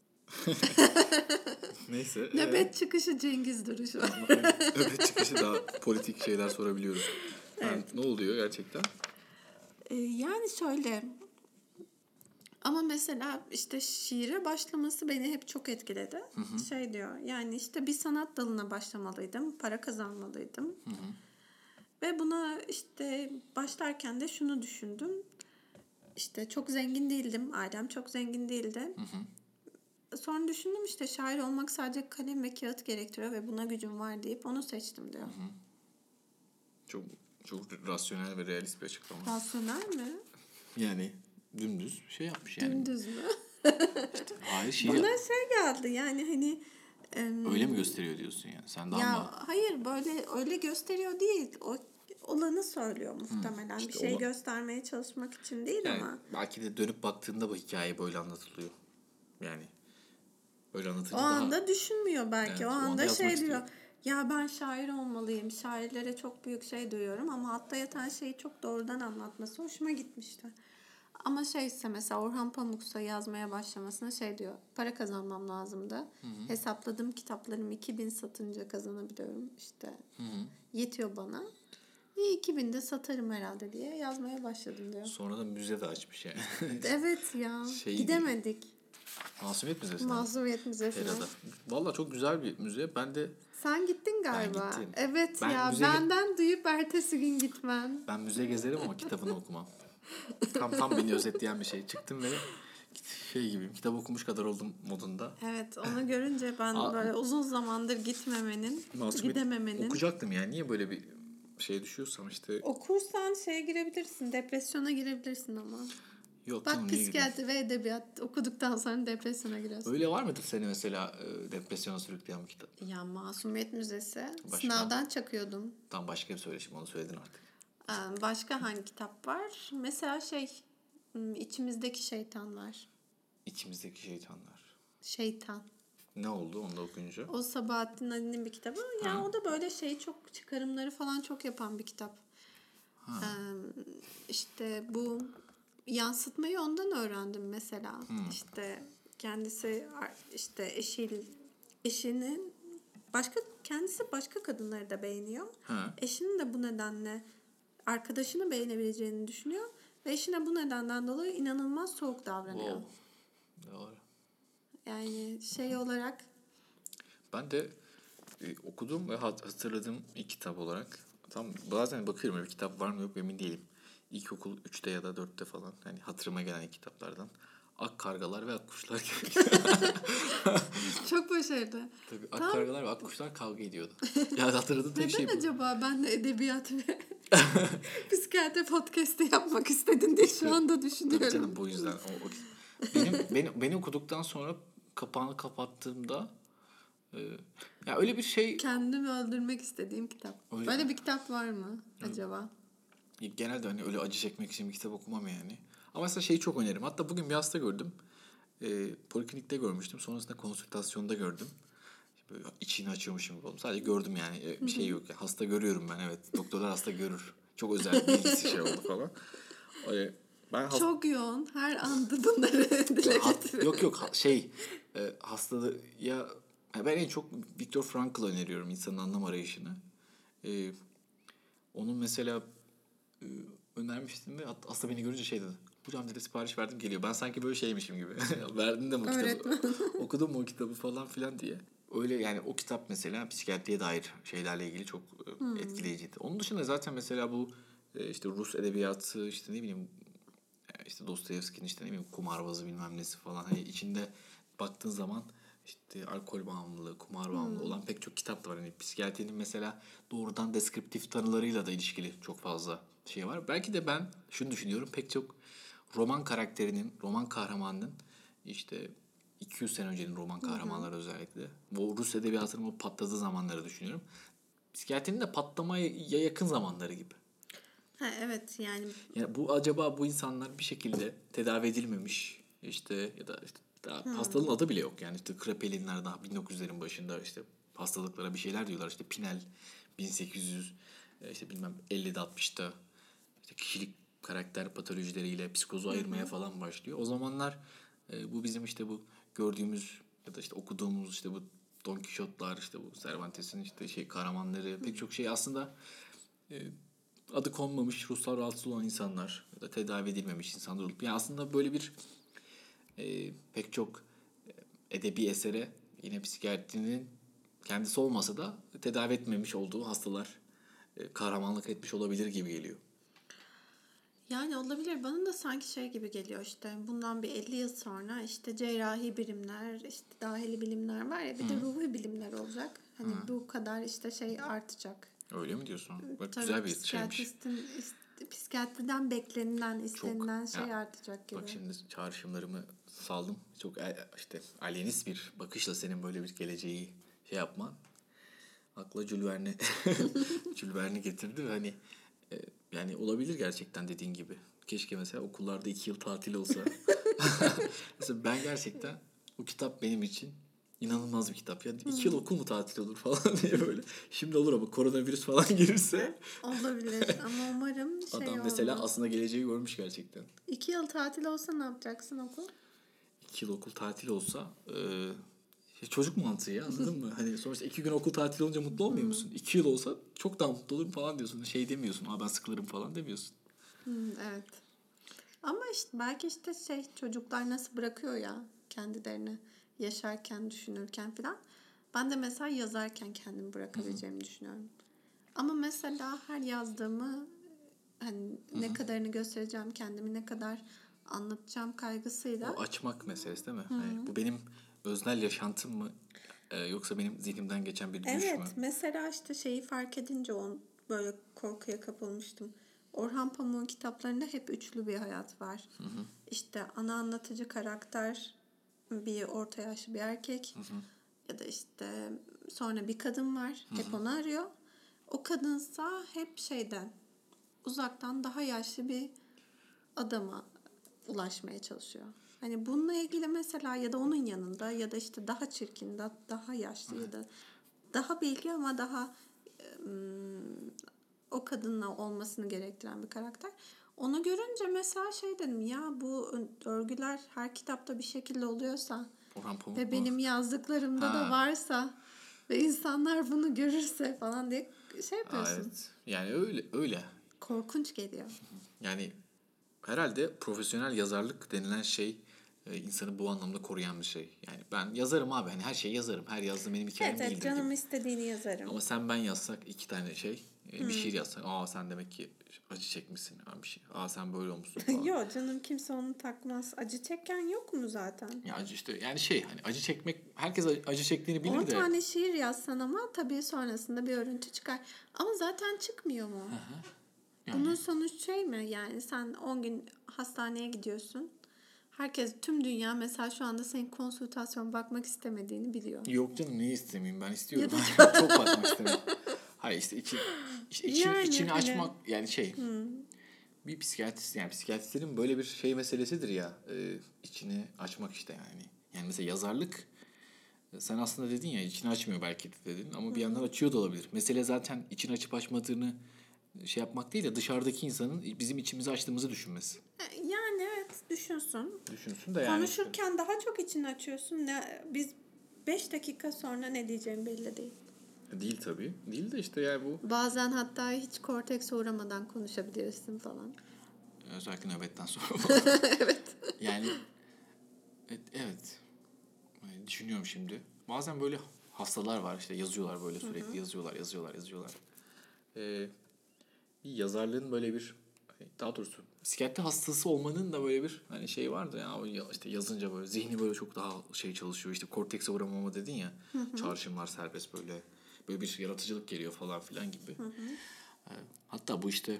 Neyse. Nöbet ee... çıkışı Cengiz duruşu var. Nöbet çıkışı daha politik şeyler sorabiliyoruz. Evet. Yani ne oluyor gerçekten? Ee, yani şöyle. Ama mesela işte şiire başlaması beni hep çok etkiledi. Hı hı. Şey diyor yani işte bir sanat dalına başlamalıydım. Para kazanmalıydım. Hı hı. Ve buna işte başlarken de şunu düşündüm. İşte çok zengin değildim. Ailem çok zengin değildi. Hı hı. Sonra düşündüm işte şair olmak sadece kalem ve kağıt gerektiriyor ve buna gücüm var deyip onu seçtim diyor. Hı hı. Çok çok rasyonel ve realist bir açıklama. Rasyonel mi? Yani dümdüz şey yapmış yani. Dümdüz mü? İşte, hayır şey Bana şey geldi yani hani em, öyle mi gösteriyor diyorsun yani? Sen daha ya mı? hayır böyle öyle gösteriyor değil. O olanı söylüyor muhtemelen. işte bir şey olan- göstermeye çalışmak için değil Yani ama. belki de dönüp baktığında bu hikaye böyle anlatılıyor. Yani öyle O anlatınca daha anda düşünmüyor belki. Evet, o o anda anda yazmak şey istiyor. diyor. Ya ben şair olmalıyım. Şairlere çok büyük şey duyuyorum ama altta yatan şeyi çok doğrudan anlatması hoşuma gitmişti. Ama şeyse mesela Orhan Pamuk'sa yazmaya başlamasına şey diyor. Para kazanmam lazımdı. Hesapladım kitaplarım iki bin satınca kazanabiliyorum. İşte Hı hı. yetiyor bana. İyi iki bin de satarım herhalde diye yazmaya başladım diyor. Sonra da müze de açmış yani. Evet ya. Şey gidemedik. Masumiyet Müzesi'ne. Masumiyet Müzesi'ne. Hera'da. Valla çok güzel bir müze. Ben de Sen gittin galiba. gittim. Evet Ben ya müze- benden duyup ertesi gün gitmen. ben müze gezerim ama kitabını okumam. Tam tam beni özetleyen bir şey. Çıktım ve şey gibiyim. Kitap okumuş kadar oldum modunda. Evet onu görünce ben Aa, böyle uzun zamandır gitmemenin, Masumiyet gidememenin. okuyacaktım yani. Niye böyle bir şey düşüyorsam işte. Okursan şeye girebilirsin, depresyona girebilirsin ama. Yok Bak canım niye gireyim? psikiyatri ve edebiyat okuduktan sonra depresyona giriyorsun. Öyle var mıdır seni mesela e, depresyona sürükleyen bir kitap? Ya Masumiyet Müzesi. Başka? Sınavdan çakıyordum. Tam başka bir söyleşim onu söyledin artık. Ee, Başka hangi kitap var? Mesela şey, hmm, içimizdeki şeytanlar. İçimizdeki şeytanlar. Şeytan. Ne oldu onu da okuyunca? O Sabahattin Ali'nin bir kitabı. Ya Ha. o da böyle şey çok çıkarımları falan çok yapan bir kitap. Ha. Ee, işte bu yansıtmayı ondan öğrendim mesela. Hmm. İşte kendisi işte eşil eşinin başka kendisi başka kadınları da beğeniyor. Ha. Eşinin de bu nedenle arkadaşını beğenebileceğini düşünüyor ve eşine bu nedenden dolayı inanılmaz soğuk davranıyor. Wow. Doğru. Yani şey olarak Ben de e, okudum ve hat- hatırladığım ilk kitap olarak tam bazen bakıyorum bir kitap var mı yok mu emin değilim. İlkokul üçte ya da dörtte falan hani hatırıma gelen ilk kitaplardan. Ak Kargalar ve Ak Kuşlar. çok başarılı. Tabii Ak Tam- Kargalar ve Ak Kuşlar kavga ediyordu. Yani hatırladığım tek Neden şey bu. acaba ben de edebiyat ve psikiyatri podcast'i yapmak istedin diye şu anda Tabii düşünüyorum. canım bu yüzden. O, o- benim, beni, beni okuduktan sonra kapağını kapattığımda e, ya öyle bir şey Kendimi öldürmek istediğim kitap. Öyle- Böyle bir kitap var mı acaba? genelde hani öyle acı çekmek için bir kitap okumam yani. Ama mesela şeyi çok öneririm. Hatta bugün bir hasta gördüm. E, poliklinikte görmüştüm. Sonrasında konsültasyonda gördüm. Böyle içini açıyormuşum gibi oldum. Sadece gördüm yani. E, bir şey yok. Hasta görüyorum ben evet. Doktorlar hasta görür. Çok özel bilgisi şey oldu falan. E, ben hasta... Çok yoğun. Her anda bunları dile Ha- getiriyorum. yok yok ha- şey e, hastalığı ya ya ben en çok Viktor Frankl öneriyorum insanın anlam arayışını. E, onun mesela e, önermiştim ve hat- hasta beni görünce şey dedi. Hocam dedi sipariş verdim geliyor. Ben sanki böyle şeymişim gibi. Verdin de mi o kitabı? Öğretmen. Okudun mu o kitabı falan filan diye. Öyle yani o kitap mesela psikiyatriye dair şeylerle ilgili çok e, etkileyiciydi. Onun dışında zaten mesela bu e, işte Rus edebiyatı işte ne bileyim işte Dostoyevski'nin işte ne bileyim kumarbazı bilmem nesi falan. Hani içinde baktığın zaman işte alkol bağımlılığı, kumar bağımlılığı olan pek çok kitap da var. Hani psikiyatrinin mesela doğrudan deskriptif tanılarıyla da ilişkili çok fazla şey var. Belki de ben şunu düşünüyorum. Pek çok roman karakterinin, roman kahramanının işte iki yüz sene öncenin roman kahramanları özellikle. Bu Rus edebiyatının o patladığı zamanları düşünüyorum. Psikiyatrinin de patlamaya yakın zamanları gibi. Ha, evet yani Yani bu acaba bu insanlar bir şekilde tedavi edilmemiş işte ya da işte daha hastalığın adı bile yok yani işte Krapelinler daha bin dokuz yüzlerin başında işte hastalıklara bir şeyler diyorlar işte Pinel bin sekiz yüz e, işte bilmem ellide altmışta işte kişilik karakter patolojileriyle psikozu ayırmaya falan başlıyor. O zamanlar e, bu bizim işte bu gördüğümüz ya da işte okuduğumuz işte bu Don Quixote'lar işte bu Cervantes'in işte şey kahramanları pek çok şey aslında e, adı konmamış ruhsal rahatsız olan insanlar ya da tedavi edilmemiş insanlar olup yani aslında böyle bir e, pek çok e, edebi esere yine psikiyatrinin kendisi olmasa da tedavi etmemiş olduğu hastalar e, kahramanlık etmiş olabilir gibi geliyor. Yani olabilir. Bana da sanki şey gibi geliyor işte. Bundan bir elli yıl sonra işte cerrahi bilimler, işte dahili bilimler var ya, bir de ruhi bilimler olacak. Hani bu kadar işte şey artacak. Öyle mi diyorsun? Bak Tabii güzel bir şeymiş. psikiyatristin, ist- psikiyatriden beklenilen, istenilen şey ya, artacak gibi. Bak şimdi çağrışımlarımı saldım. Çok e- işte alienist bir bakışla senin böyle bir geleceği şey yapman. Akla Jules Verne Jules Verne getirdi ve hani e, yani olabilir gerçekten dediğin gibi. Keşke mesela okullarda iki yıl tatil olsa. Mesela ben gerçekten o kitap benim için inanılmaz bir kitap. Ya iki yıl okul mu tatil olur falan diye böyle. Şimdi olur ama koronavirüs falan gelirse Olabilir ama umarım şey adam olmaz. mesela aslında geleceği görmüş gerçekten. İki yıl tatil olsa ne yapacaksın okul? İki yıl okul tatil olsa e, çocuk mantığı ya, anladın mı? Hani sonuçta iki gün okul tatil olunca mutlu olmuyor musun? İki yıl olsa çok daha mutlu olurum falan diyorsun. Şey demiyorsun. Aa ben sıkılırım falan demiyorsun. Hmm, evet. Ama işte belki işte şey, çocuklar nasıl bırakıyor ya kendilerini yaşarken, düşünürken falan. Ben de mesela yazarken kendimi bırakabileceğimi düşünüyorum. Ama mesela her yazdığımı hani ne kadarını göstereceğim, kendimi ne kadar anlatacağım kaygısıyla. O açmak meselesi değil mi? Hani bu benim öznel yaşantım mı? E, yoksa benim zihnimden geçen bir düş mü? Evet, mesela işte şeyi fark edince on böyle korkuya kapılmıştım. Orhan Pamuk'un kitaplarında hep üçlü bir hayat var. Hı hı. İşte ana anlatıcı karakter bir orta yaşlı bir erkek. Hı hı. Ya da işte sonra bir kadın var. Hı hı. Hep onu arıyor. O kadınsa hep şeyden, uzaktan daha yaşlı bir adama ulaşmaya çalışıyor. Hani bununla ilgili mesela, ya da onun yanında, ya da işte daha çirkin, da daha yaşlı, ya da daha bilgi ama daha ım, o kadınla olmasını gerektiren bir karakter. Onu görünce mesela şey dedim ya, bu örgüler her kitapta bir şekilde oluyorsa Orhan Pamuk ve mu? benim yazdıklarımda da Ha. varsa ve insanlar bunu görürse falan diye şey Aa, yapıyorsun. evet. Yani öyle öyle. Korkunç geliyor. Yani herhalde profesyonel yazarlık denilen şey e, insanı bu anlamda koruyan bir şey. Yani ben yazarım abi. Hani her şeyi yazarım. Her yazdığım benim hikayem Evet, evet, değildir canım gibi. istediğini yazarım. Ama sen ben yazsak iki tane şey. e, Bir şiir yazsak. Aa sen demek ki acı çekmişsin. Aa, bir şey. Aa sen böyle olmuşsun falan. Yok canım, kimse onu takmaz. Acı çeken yok mu zaten? Ya acı işte yani şey hani acı çekmek, herkes acı acı çektiğini bilir on de. tane şiir yazsan ama tabii sonrasında bir örüntü çıkar. Ama zaten çıkmıyor mu? Yani. Bunun sonuç şey mi? Yani sen on gün hastaneye gidiyorsun. Herkes, tüm dünya mesela şu anda senin konsültasyon bakmak istemediğini biliyor. Yok canım, niye istemeyeyim, ben istiyorum. Ya da Çok bakmak istemiyorum. Hayır işte, için, işte için, Yani içini hani- açmak yani şey. Bir psikiyatrist, yani psikiyatristlerin böyle bir şey meselesidir ya. E, içini açmak işte yani. Yani mesela yazarlık, sen aslında dedin ya içini açmıyor belki de dedin ama bir yandan açıyor da olabilir. Mesele zaten içini açıp açmadığını şey yapmak değil de dışarıdaki insanın bizim içimizi açtığımızı düşünmesi. yani evet, düşünsün. Düşünsün de yani işte. Konuşurken daha çok içini açıyorsun. Ne, biz beş dakika sonra ne diyeceğim belli değil. Değil tabii. Değil de işte yani bu. Bazen hatta hiç kortekse uğramadan konuşabilirsin falan. Özellikle nöbetten sonra falan. Evet. Yani evet, evet. Yani düşünüyorum şimdi. Bazen böyle hastalar var işte, yazıyorlar böyle sürekli. Hı hı. yazıyorlar yazıyorlar yazıyorlar. Ee, bir yazarlığın böyle bir, daha doğrusu psikiyatri hastası olmanın da böyle bir hani şey vardı ya, işte yazınca böyle zihni böyle çok daha şey çalışıyor, işte kortekse uğramama dedin ya, hı hı. Çağrışımlar serbest, böyle böyle bir yaratıcılık geliyor falan filan gibi. Hı hı. Ee, hatta bu işte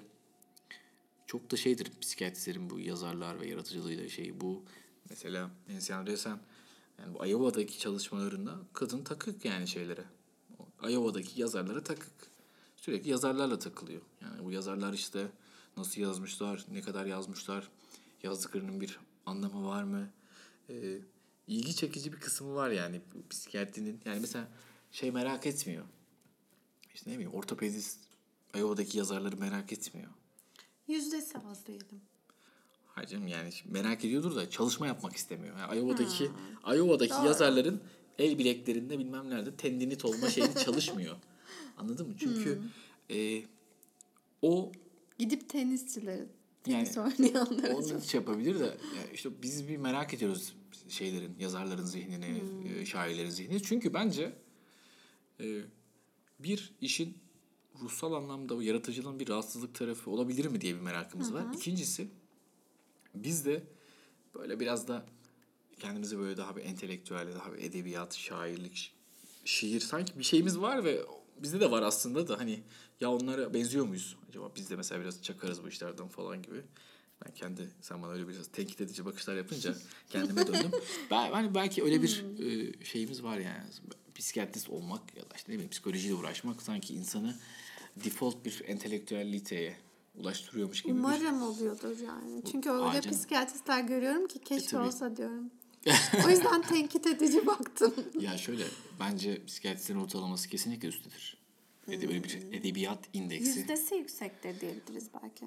çok da şeydir psikiyatristlerin bu yazarlar ve yaratıcılığıyla şey, bu mesela Nancy Andreasen yani bu Iowa'daki çalışmalarında kadın takık yani şeylere. O Iowa'daki yazarlara takık. Sürekli yazarlarla takılıyor. Yani bu yazarlar işte nasıl yazmışlar, ne kadar yazmışlar, yazdıklarının bir anlamı var mı? Ee, ilgi çekici bir kısmı var yani bu psikiyatrinin. Yani mesela şey merak etmiyor. İşte ne bileyim, ortopedist Iowa'daki yazarları merak etmiyor. Yüzdesi az diyelim. Hayır canım, yani merak ediyordur da çalışma yapmak istemiyor. Yani Iowa'daki hmm. Iowa'daki yazarların el bileklerinde bilmem nerede tendinit olma şeyi çalışmıyor. Anladın mı? Çünkü hmm. e, o gidip tenisçileri, tenis yani oynayanlar onu hiç yapabilir de yani işte biz bir merak ediyoruz şeylerin, yazarların zihnini, hmm. e, şairlerin zihnini. Çünkü bence e, bir işin ruhsal anlamda o yaratıcılığın bir rahatsızlık tarafı olabilir mi diye bir merakımız var. İkincisi biz de böyle biraz da kendimizi böyle daha bir entelektüel, daha bir edebiyat, şairlik, şi- şiir sanki bir şeyimiz var ve bizde de var aslında da hani ya onlara benziyor muyuz? Acaba biz de mesela biraz çakarız bu işlerden falan gibi. Ben kendi sen bana öyle biraz tenkit edici bakışlar yapınca kendime döndüm. Ben hani belki öyle bir e, şeyimiz var yani. Psikiyatrist olmak ya da işte ne bileyim psikolojiyle uğraşmak sanki insanı default bir entelektüelliteye ulaştırıyormuş gibi bir... Umarım oluyordur yani. Çünkü öyle Aa, canım. psikiyatristler görüyorum ki keşke tabii. olsa diyorum. O yüzden tenkit edici baktım. Ya şöyle bence psikiyatristlerin ortalaması kesinlikle üsttedir. Ede- Böyle bir edebiyat indeksi. Yüzdesi yüksektir diyebiliriz belki.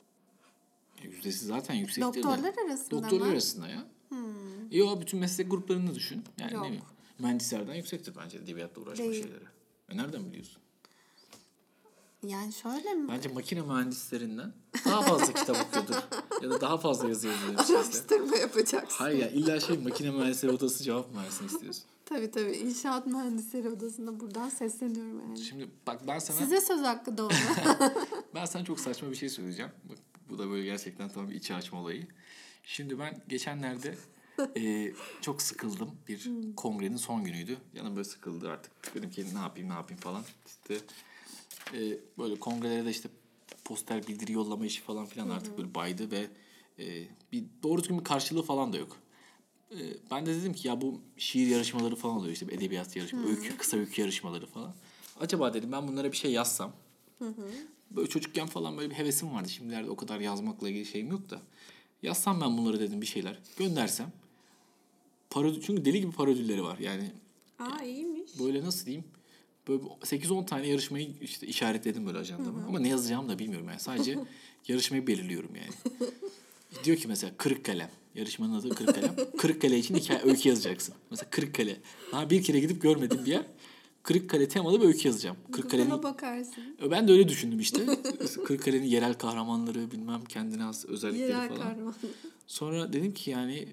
E, Yüzdesi zaten yüksektir de. Doktorlar arasında Doktorlar mı? arasında ya. Hmm. Yo bütün meslek gruplarını düşün. Yani Yok. ne bileyim. Mühendislerden yüksektir bence edebiyatla uğraşma Değil. şeyleri. E nereden biliyorsun? Yani şöyle mi? Bence makine mühendislerinden daha fazla kitap okuyordur. Ya da daha fazla yazı yazıyordur. işte. Araştırma yapacaksın. Hayır ya illa şey makine mühendisleri odası cevap mı versin istiyorsun? Tabii tabii. İnşaat Mühendisleri Odası'nda buradan sesleniyorum yani. Şimdi bak ben sana Size söz hakkı doğdu. ben sana çok saçma bir şey söyleyeceğim. Bak, bu da böyle gerçekten tam bir içi açma olayı. Şimdi ben geçenlerde e, çok sıkıldım. Bir kongrenin son günüydü. Canım böyle sıkıldı artık. Dedim ki ne yapayım ne yapayım falan. İşte e, böyle kongrelere de işte poster bildiri yollama işi falan filan artık böyle baydı ve e, bir doğru düzgün bir karşılığı falan da yok. E, ben de dedim ki ya bu şiir yarışmaları falan oluyor işte edebiyat yarışmaları, öykü, kısa öykü yarışmaları falan. Acaba dedim ben bunlara bir şey yazsam. Böyle çocukken falan böyle bir hevesim vardı. Şimdilerde o kadar yazmakla ilgili şeyim yok da. Yazsam ben bunları dedim bir şeyler. Göndersem. Parodi, çünkü deli gibi parodilleri var. Yani Aa iyiymiş. böyle nasıl diyeyim? Böyle sekiz on tane yarışmayı işte işaretledim böyle ajandama. Ama ne yazacağımı da bilmiyorum yani. Sadece yarışmayı belirliyorum yani. Diyor ki mesela Kırıkkale. Yarışmanın adı Kırıkkale. Kırıkkale için hikaye, öykü yazacaksın. Mesela Kırıkkale. Daha bir kere gidip görmediğim bir yer. Kırıkkale temalı bir öykü yazacağım. Kırıkkale'nin... Buna bakarsın. Ben de öyle düşündüm işte. Kırıkkale'nin yerel kahramanları bilmem kendine has özellikleri Yerel falan. kahraman. Sonra dedim ki yani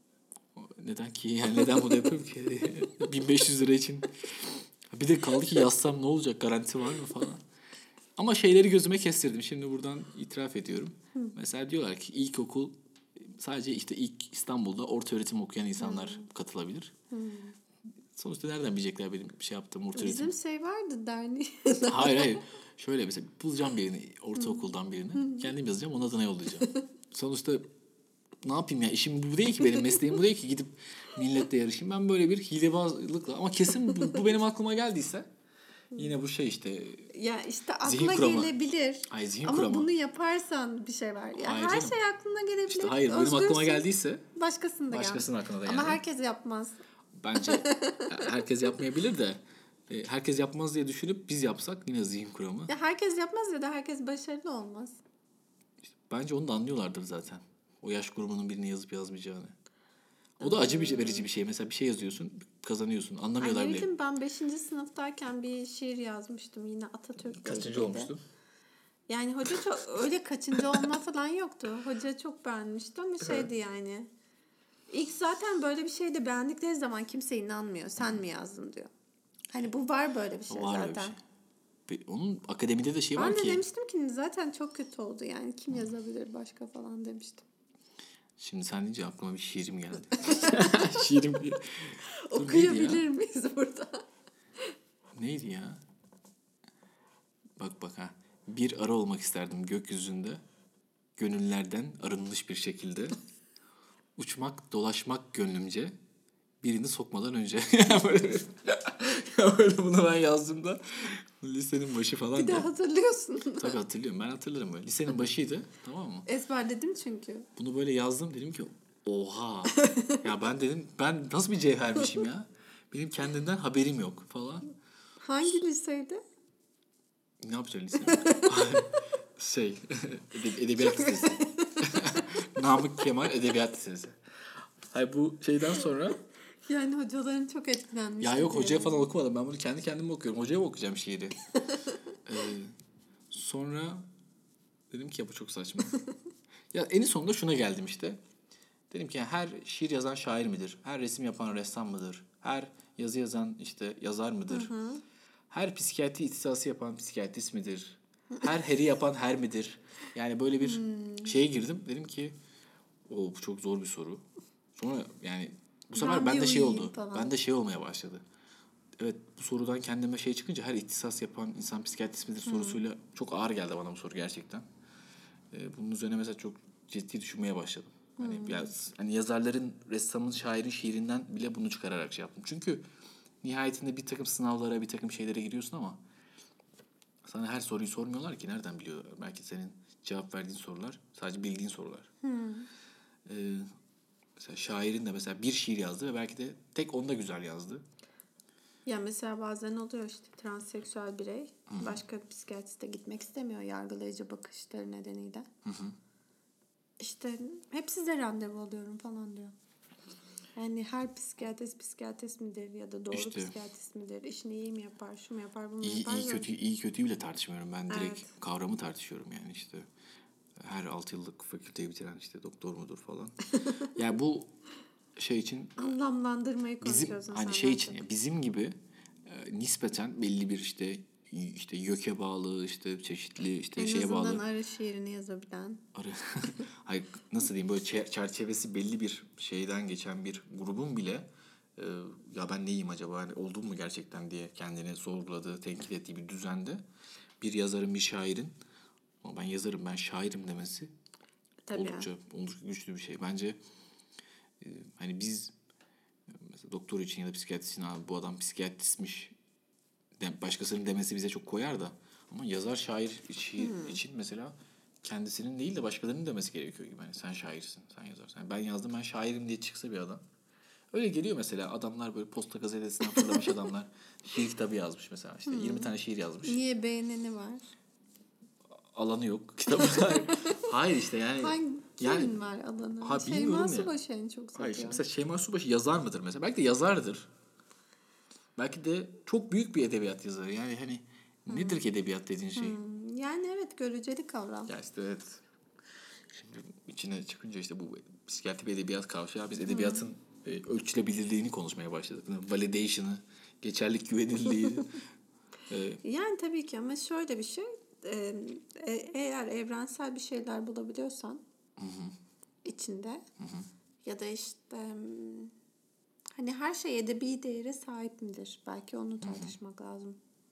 neden ki yani neden bunu yapıyorum ki bin beş yüz lira için. Bir de kaldı ki yazsam ne olacak garanti var mı falan. Ama şeyleri gözüme kestirdim. Şimdi buradan itiraf ediyorum. Hı. Mesela diyorlar ki ilkokul sadece işte ilk İstanbul'da orta öğretim okuyan insanlar Hı. katılabilir. Hı. Sonuçta nereden bilecekler benim şey yaptığım orta öğretim? Bizim şey vardı derneği. Hayır hayır. Şöyle mesela bulacağım birini ortaokuldan birini. Hı. Kendim yazacağım onun adına yollayacağım. Sonuçta ne yapayım ya işim bu değil ki benim mesleğim bu değil ki gidip milletle yarışayım. Ben böyle bir hilebazlıkla ama kesin bu, bu benim aklıma geldiyse yine bu şey işte ya işte aklına gelebilir. Ay, zihin ama kurama. bunu yaparsan bir şey var. Ya hayır her canım. şey aklına gelebilir. İşte hayır benim Özgürsün. aklıma geldiyse başkasının da başkasının aklına da geldi. Ama herkes yapmaz. Bence herkes yapmayabilir de herkes yapmaz diye düşünüp biz yapsak yine zihin kuramı. Ya herkes yapmaz ya da herkes başarılı olmaz. İşte bence onu da anlıyorlardır zaten. O yaş grubunun birini yazıp yazmayacağını. O da acı bir verici bir şey. Mesela bir şey yazıyorsun, kazanıyorsun. Anlamıyorlar Ay, bile. bileyim, ben beşinci sınıftayken bir şiir yazmıştım yine Atatürk'le. Kaçıncı olmuştun? Yani hoca çok öyle kaçıncı olma falan yoktu. Hoca çok beğenmişti ama şeydi yani. İlk zaten böyle bir şey de beğendikleri zaman kimse inanmıyor. Sen mi yazdın diyor. Hani bu var böyle bir şey var zaten. Bir şey. Onun akademide de şey ben var de ki. Ben de demiştim ki zaten çok kötü oldu yani. Kim yazabilir başka falan demiştim. Şimdi sen deyince aklıma bir şiirim geldi. şiirim. Okuyabilir miyiz burada? Neydi ya? Bak bak ha. Bir arı olmak isterdim gökyüzünde. Gönüllerden arınmış bir şekilde. Uçmak, dolaşmak gönlümce. Birini sokmadan önce. böyle, ya böyle bunu ben yazdığımda lisenin başı falan. Bir de hatırlıyorsun. Tabii hatırlıyorum. Ben hatırlarım böyle. Lisenin başıydı. Tamam mı? Ezberledim çünkü. Bunu böyle yazdım. Dedim ki oha. ya ben dedim ben nasıl bir cevhermişim ya. Benim kendimden haberim yok falan. Hangi liseydi? Ne yapacağım lisede? şey. Edeb- edebiyat lisesi. Namık Kemal Edebiyat Lisesi. Hayır bu şeyden sonra. Yani hocaların çok etkilenmiş. Ya yok hocaya falan okumadım. Ben bunu kendi kendime okuyorum. Hocaya mı okuyacağım şiiri? ee, sonra dedim ki ya bu çok saçma. ya en sonunda şuna geldim işte. Dedim ki yani her şiir yazan şair midir? Her resim yapan ressam mıdır? Her yazı yazan işte yazar mıdır? Hı hı. her psikiyatri ihtisası yapan psikiyatrist midir? Her heri yapan her midir? Yani böyle bir şeye girdim. Dedim ki o bu çok zor bir soru. Sonra yani bu sefer Ben ben bir de şey uyuyayım oldu. falan. Ben de şey olmaya başladı. Evet, bu sorudan kendime şey çıkınca her ihtisas yapan insan psikiyatrist midir sorusuyla çok ağır geldi bana bu soru gerçekten. Ee, bunun üzerine mesela çok ciddi düşünmeye başladım. Hani biraz hani yazarların, ressamın, şairin şiirinden bile bunu çıkararak şey yaptım. Çünkü nihayetinde bir takım sınavlara, bir takım şeylere giriyorsun ama sana her soruyu sormuyorlar ki, nereden biliyor? Belki senin cevap verdiğin sorular sadece bildiğin sorular. Ee, mesela şairin de mesela bir şiir yazdı ve belki de tek onda güzel yazdı. Ya mesela bazen oluyor işte transseksüel birey başka bir psikiyatriste gitmek istemiyor yargılayıcı bakışları nedeniyle. Hı hı. İşte hep size randevu alıyorum falan diyor. Yani her psikiyatrist psikiyatrist midir ya da doğru İşte. psikiyatrist midir? İşini iyi mi yapar, şu mu yapar, bunu mu İyi, yapar? iyi Böyle. kötü iyi kötüyü bile tartışmıyorum. Ben direkt Evet. kavramı tartışıyorum yani işte. Her altı yıllık fakülteyi bitiren işte doktor mudur falan. Yani bu şey için Anlamlandırmayı bizim konuşuyorsun hani sen şey daha için çok. ya bizim gibi e, nispeten belli bir işte işte YÖK'e bağlı, işte çeşitli işte En şeye azından bağlı arı şiirini yazabilen. arı hayır, nasıl diyeyim, böyle çer- çerçevesi belli bir şeyden geçen bir grubun bile e, ya ben neyim acaba, hani oldum mu gerçekten diye kendini sorguladığı, tenkit ettiği bir düzende bir yazarın, bir şairin ama ben yazarım, ben şairim demesi Tabii. oldukça oldukça güçlü bir şey. Bence e, hani biz mesela doktor için ya da psikiyatrist için abi bu adam psikiyatristmiş de, başkasının demesi bize çok koyar da, ama yazar, şair şiir için mesela kendisinin değil de başkalarının demesi gerekiyor gibi. Hani sen şairsin, sen yazarsın. Yani ben yazdım, ben şairim diye çıksa bir adam. Öyle geliyor mesela, adamlar böyle Posta Gazetesi'nden fırlamış adamlar şiir kitabı yazmış mesela. İşte yirmi tane şiir yazmış. Niye beğeneni var? Alanı yok kitabı. Hayır. Hayır işte yani. Hangi yani kimin var alanı? ha Şeyma bilmiyorum ya. Subaşı en çok Hayır, satıyor. şimdi mesela Şeyma Subaşı yazar mıdır mesela? Belki de yazardır. Belki de çok büyük bir edebiyat yazarı. Yani hani nedir ki edebiyat dediğin şey? Hmm, yani evet göreceli kavram. Ya işte evet. Şimdi içine çıkınca işte bu psikiyatri ve edebiyat kavşağı, biz edebiyatın e, ölçülebilirliğini konuşmaya başladık. Validation'ı, geçerlik güvenilirliği. e, Yani tabii ki ama şöyle bir şey. e, e- eğer evrensel bir şeyler bulabiliyorsan içinde ya da işte hmm, hani her şey edebi değere sahip midir? Belki onu tartışmak lazım.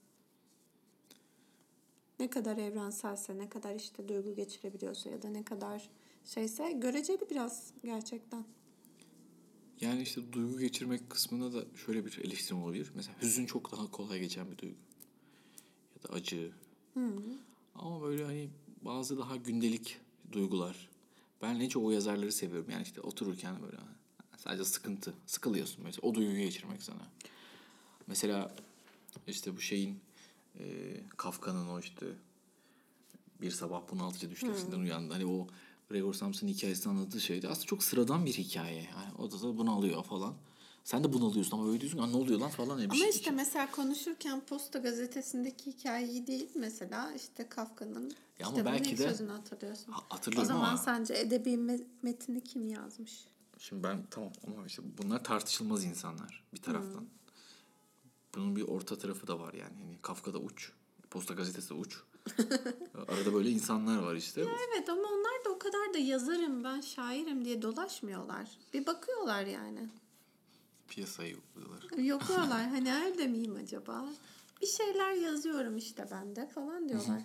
Ne kadar evrenselse, ne kadar işte duygu geçirebiliyorsa ya da ne kadar şeyse göreceli biraz gerçekten. yani işte duygu geçirmek kısmında da şöyle bir eleştirim olabilir. Mesela hüzün çok daha kolay geçen bir duygu. Ya da acı. Ama böyle hani bazı daha gündelik duygular. Ben en çok o yazarları seviyorum. Yani işte otururken böyle sadece sıkıntı, sıkılıyorsun mesela. O duyguyu geçirmek sana. Mesela işte bu şeyin e, Kafka'nın o işte bir sabah bunaltıcı düşlerinden uyandı. Hani o Gregor Samsa'nın hikayesini anlattığı şeydi. Aslında çok sıradan bir hikaye. Yani o da, da bunalıyor falan. Sen de bunalıyorsun ama öyle diyorsun ki ne oluyor lan falan. Yani bir Ama şey, işte iki- mesela konuşurken Posta Gazetesi'ndeki hikayeyi değil mesela işte Kafka'nın Ya ama kitabının belki ilk de- sözünü hatırlıyorsun. Ha- O hatırlıyorum zaman ama sence edebi me- metni kim yazmış? şimdi ben tamam ama işte bunlar tartışılmaz insanlar bir taraftan. Bunun bir orta tarafı da var yani. Hani Kafka'da uç, Posta Gazetesi de uç. Arada böyle insanlar var işte. Evet ama onlar da o kadar da yazarım ben şairim diye dolaşmıyorlar. Bir bakıyorlar yani. Piyasayı yokluyorlar. Yokluyorlar hani öyle miyim acaba? Bir şeyler yazıyorum işte ben de falan diyorlar.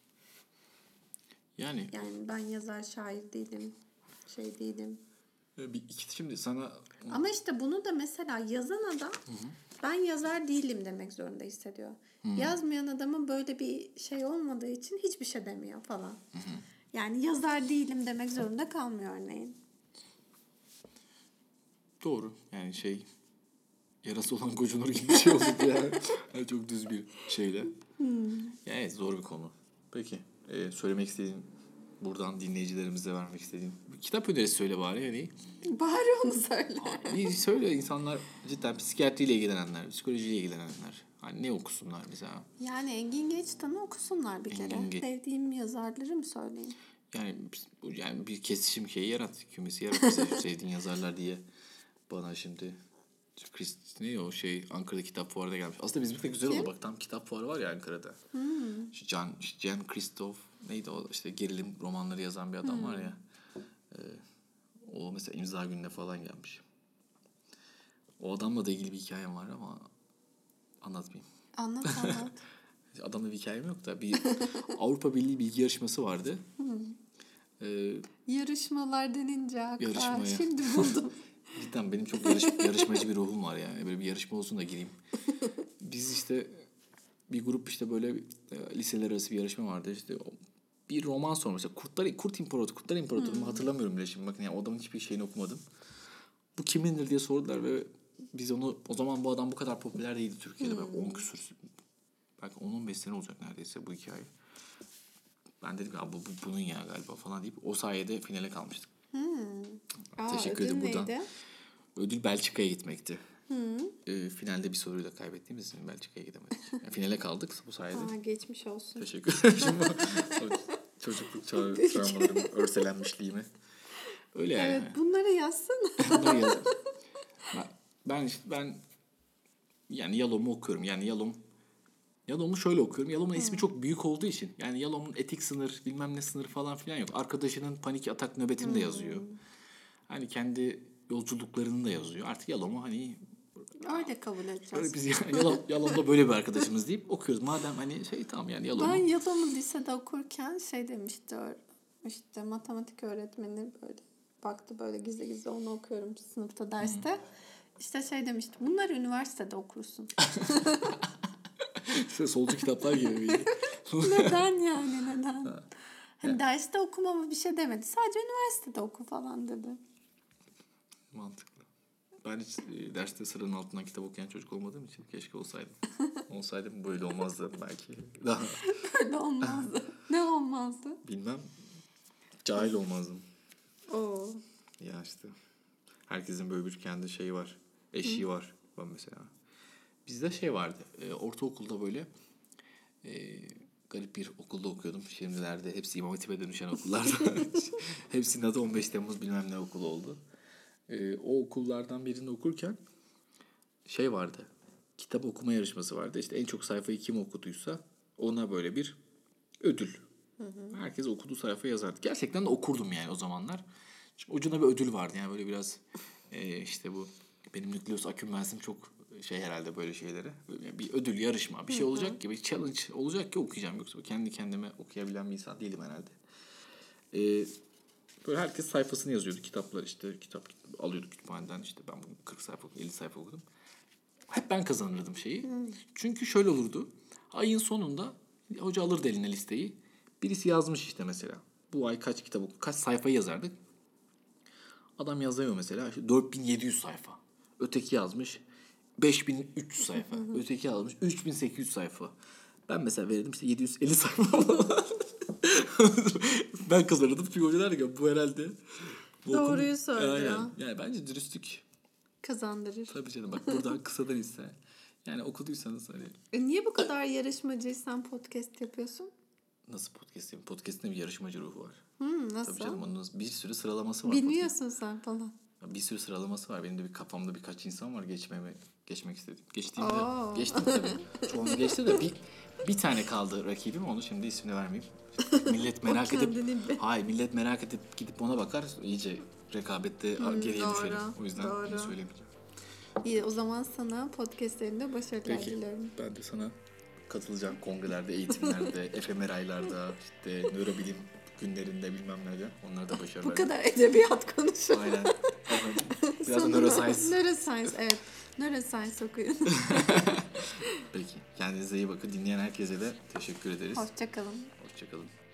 Yani Yani ben yazar şair değilim. Şey değilim. e, bir iki şimdi sana Ama işte bunu da mesela yazan adam ben yazar değilim demek zorunda hissediyor. Yazmayan adamın böyle bir şey olmadığı için hiçbir şey demiyor falan. Yani yazar değilim demek zorunda kalmıyor örneğin. doğru yani şey, yarası olan gocunur gibi bir şey oldu yani. Yani çok düz bir şeyle. Yani evet, zor bir konu. Peki e, söylemek istediğin, buradan dinleyicilerimize vermek istediğin bir kitap önerisi söyle bari yani. Bari onu söyle. Bir söyle, insanlar cidden psikiyatriyle ilgilenenler, psikolojiyle ilgilenenler. Hani ne okusunlar mesela? Yani Engin Geçtan'ı okusunlar bir kere. Engin Geç- Sevdiğim yazarları mı söyleyeyim? Yani bu yani bir kesişim şeyi yarat, kümesi yarat bize şu sevdiğin yazarlar diye bana şimdi. Chris, ne o şey Ankara'da kitap fuarına gelmiş. Aslında bizim de güzel oldu bak, tam kitap fuarı var ya Ankara'da. Hmm. Şu Can, Jan Christoph neydi o, işte gerilim romanları yazan bir adam hmm. var ya. Ee, o mesela imza gününe falan gelmiş. O adamla da ilgili bir hikayem var ama anlatmayayım. Anlat anlat. Adamla bir hikayem yok da bir Avrupa Birliği bilgi yarışması vardı. Hmm. Ee, Yarışmalar denince akla yarışmaya. Şimdi buldum. Cidden benim çok yarış, yarışmacı bir ruhum var yani. Böyle bir yarışma olsun da gireyim. Biz işte bir grup işte böyle e, liseler arası bir yarışma vardı. İşte bir roman sormuş. Kurtlar, Kurt İmparatoru, Kurtlar İmparatoru mu hatırlamıyorum bile şimdi. Bakın yani o adamın hiçbir şeyini okumadım. Bu kimindir diye sordular ve biz onu, o zaman bu adam bu kadar popüler değildi Türkiye'de. Hmm. Belki on küsur, belki on on beş sene olacak neredeyse bu hikaye. Ben dedim ya bu, bu bunun ya galiba falan deyip o sayede finale kalmıştık. Hmm. Aa, teşekkür ederim buradan. Neydi? Ödül Belçika'ya gitmekti. Hmm. E, finalde bir soruyla kaybettiğimiz için Belçika'ya gidemedik. Yani finale kaldık bu sayede. Aa, geçmiş olsun. Teşekkür ederim. Çocukluk travmalarımı, örselenmişliğimi. Öyle yani. Evet, bunları yazsana. Bunları yazayım. Ben, ben işte ben yani Yalom'u okuyorum. Yani Yalom Yalom'u şöyle okuyorum. Yalom'un hmm. ismi çok büyük olduğu için. Yani Yalom'un etik sınır, bilmem ne sınır falan filan yok. Arkadaşının panik atak nöbetini hmm. de yazıyor. Hani kendi yolculuklarını da yazıyor. Artık Yalom'u hani öyle kabul edeceğiz. Biz Yalom, Yalom'da böyle bir arkadaşımız deyip okuyoruz. Madem hani şey tamam yani Yalom'u. Ben Yalom'u lisede okurken şey demişti, işte matematik öğretmeni böyle baktı, böyle gizli gizli onu okuyorum sınıfta derste. Hmm. İşte şey demişti, bunları üniversitede okursun. Solcu kitaplar gibi. Neden yani neden? Ha. Hani derste okumama bir şey demedi. Sadece üniversitede oku falan dedi. Mantıklı. Ben hiç e, derste sıranın altından kitap okuyan çocuk olmadığım için keşke olsaydım. Olsaydım böyle olmazdı belki. Daha... Böyle olmazdı. Ne olmazdı? Bilmem. Cahil olmazdım. Oo. Ya işte. Herkesin böyle bir kendi şeyi var. Eşiği Hı. var. Ben mesela. Bizde şey vardı. E, ortaokulda böyle e, garip bir okulda okuyordum. Şimdilerde hepsi İmam Hatip'e dönüşen okullarda. Hepsinin adı on beş Temmuz bilmem ne okulu oldu. E, o okullardan birinde okurken şey vardı. Kitap okuma yarışması vardı. İşte en çok sayfayı kim okuduysa ona böyle bir ödül. Hı hı. Herkes okuduğu sayfa yazardı. Gerçekten de okurdum yani o zamanlar. Çünkü ucuna bir ödül vardı. Yani böyle biraz e, işte bu benim nükleus akümlensim çok şey herhalde böyle şeylere. Böyle bir ödül, yarışma, bir şey olacak ki, bir challenge olacak ki okuyacağım. Yoksa kendi kendime okuyabilen bir insan değilim herhalde. Ee, böyle herkes sayfasını yazıyordu. Kitaplar işte, kitap alıyorduk kütüphaneden. İşte ben bugün kırk sayfa, elli sayfa okudum. Hep ben kazanırdım şeyi. Hmm. Çünkü şöyle olurdu. Ayın sonunda hoca alırdı eline listeyi. Birisi yazmış işte mesela. Bu ay kaç kitap okuduk, kaç sayfayı yazardık. Adam yazıyor mesela. İşte dört bin yedi yüz sayfa. Öteki yazmış beş bin üç yüz sayfa. Öteki yazmış üç bin sekiz yüz sayfa. Ben mesela verirdim işte yedi yüz elli sayfa. Ben kazanırdım çünkü hoca der ki bu herhalde. Bu Doğruyu okul... söylüyor. Yani, yani bence dürüstlük kazandırır. Tabii canım bak buradan kısadan ise. Yani okuduysanız hani. E niye bu kadar yarışmacıysan podcast yapıyorsun? Nasıl podcast yapayım? Podcast'ın bir yarışmacı ruhu var. Hmm, nasıl? Tabii canım onun bir sürü sıralaması var. Bilmiyorsun sen falan. Bir sürü sıralaması var. Benim de bir kafamda birkaç insan var geçmeme geçmek istediğim. Geçtiğimde Oo. geçtim tabii. Çoğunu geçti de bir bir tane kaldı rakibim. Onu şimdi ismini vermeyeyim. Millet merak edip hayır millet merak edip gidip ona bakar. İyice rekabette hmm, geriye doğru, düşerim. O yüzden doğru. Bunu söylemeyeceğim. İyi o zaman sana podcastlerinde başarılar dilerim. Ben de sana katılacağım kongrelerde, eğitimlerde, efemer aylarda, işte nörobilim günlerinde bilmem nerede. Onlara da başarılar. Bu kadar edebiyat konuşuyor. Aynen. Biraz da neuroscience. Neuroscience evet. Neuroscience okuyun. Peki. Kendinize iyi bakın. Dinleyen herkese de teşekkür ederiz. Hoşça kalın. Hoşça kalın.